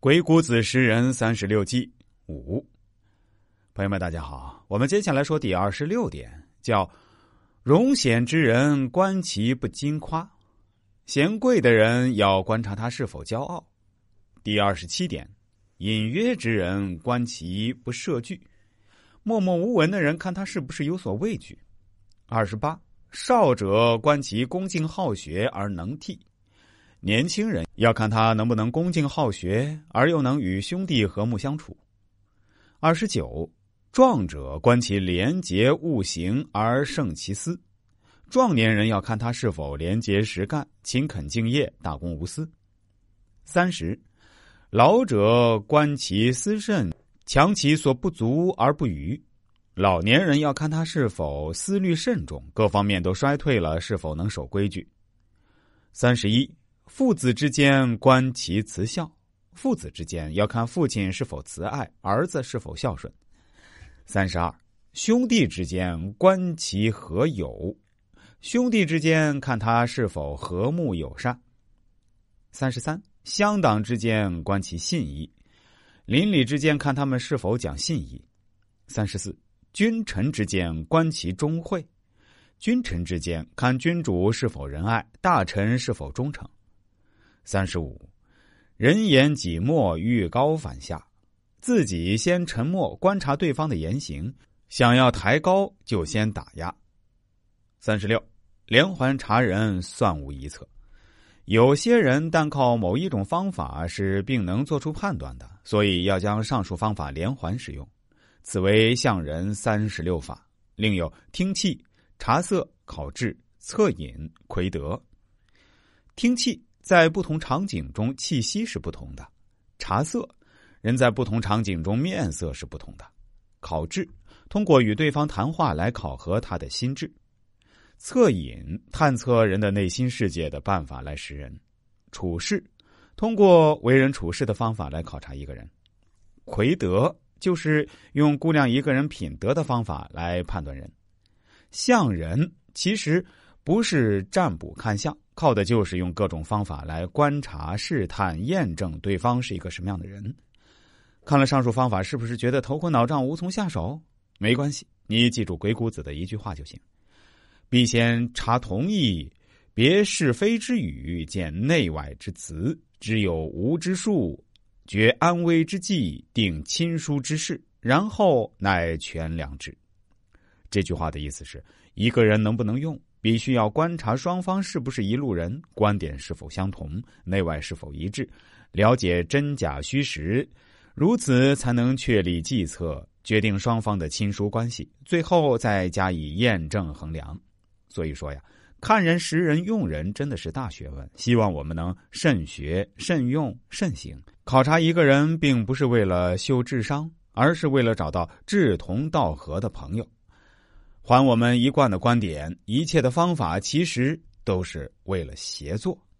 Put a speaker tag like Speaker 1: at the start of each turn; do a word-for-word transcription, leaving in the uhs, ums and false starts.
Speaker 1: 鬼谷子识人三十六计五，朋友们大家好，我们接下来说第二十六点，叫荣显之人观其不矜夸，贤贵的人要观察他是否骄傲。第二十七点，隐约之人观其不涉惧，默默无闻的人看他是不是有所畏惧。二十八，少者观其恭敬好学而能悌，年轻人要看他能不能恭敬好学而又能与兄弟和睦相处。二十九，壮者观其廉洁务行而胜其私，壮年人要看他是否廉洁实干、勤恳敬业、大公无私。三十，老者观其思慎，强其所不足而不逾，老年人要看他是否思虑慎重，各方面都衰退了，是否能守规矩。三十一，父子之间观其慈孝，父子之间要看父亲是否慈爱，儿子是否孝顺。三十二，兄弟之间观其和友，兄弟之间看他是否和睦友善。三十三，乡党之间观其信义，邻里之间看他们是否讲信义。三十四，君臣之间观其忠惠，君臣之间看君主是否仁爱，大臣是否忠诚。三十五，人言己默，欲高反下，自己先沉默，观察对方的言行，想要抬高就先打压。三十六，连环察人算无一策，有些人单靠某一种方法是并能做出判断的，所以要将上述方法连环使用，此为相人三十六法。另有听气、察色、考质、测饮、窥得。听气在不同场景中气息是不同的，察色人在不同场景中面色是不同的，考质通过与对方谈话来考核他的心智，测饮探测人的内心世界的办法来识人，处事通过为人处事的方法来考察一个人，窥得就是用估量一个人品德的方法来判断人。相人其实不是占卜看相，靠的就是用各种方法来观察、试探、验证对方是一个什么样的人。看了上述方法，是不是觉得头昏脑胀无从下手？没关系，你记住鬼谷子的一句话就行：必先察同意，别是非之语，见内外之辞，知有无之术，决安危之计，定亲疏之事，然后乃权良之。这句话的意思是，一个人能不能用，必须要观察双方是不是一路人，观点是否相同，内外是否一致，了解真假虚实，如此才能确立计策，决定双方的亲疏关系，最后再加以验证衡量。所以说呀，看人识人用人真的是大学问，希望我们能慎学慎用慎行。考察一个人并不是为了修智商，而是为了找到志同道合的朋友。还我们一贯的观点，一切的方法其实都是为了协作。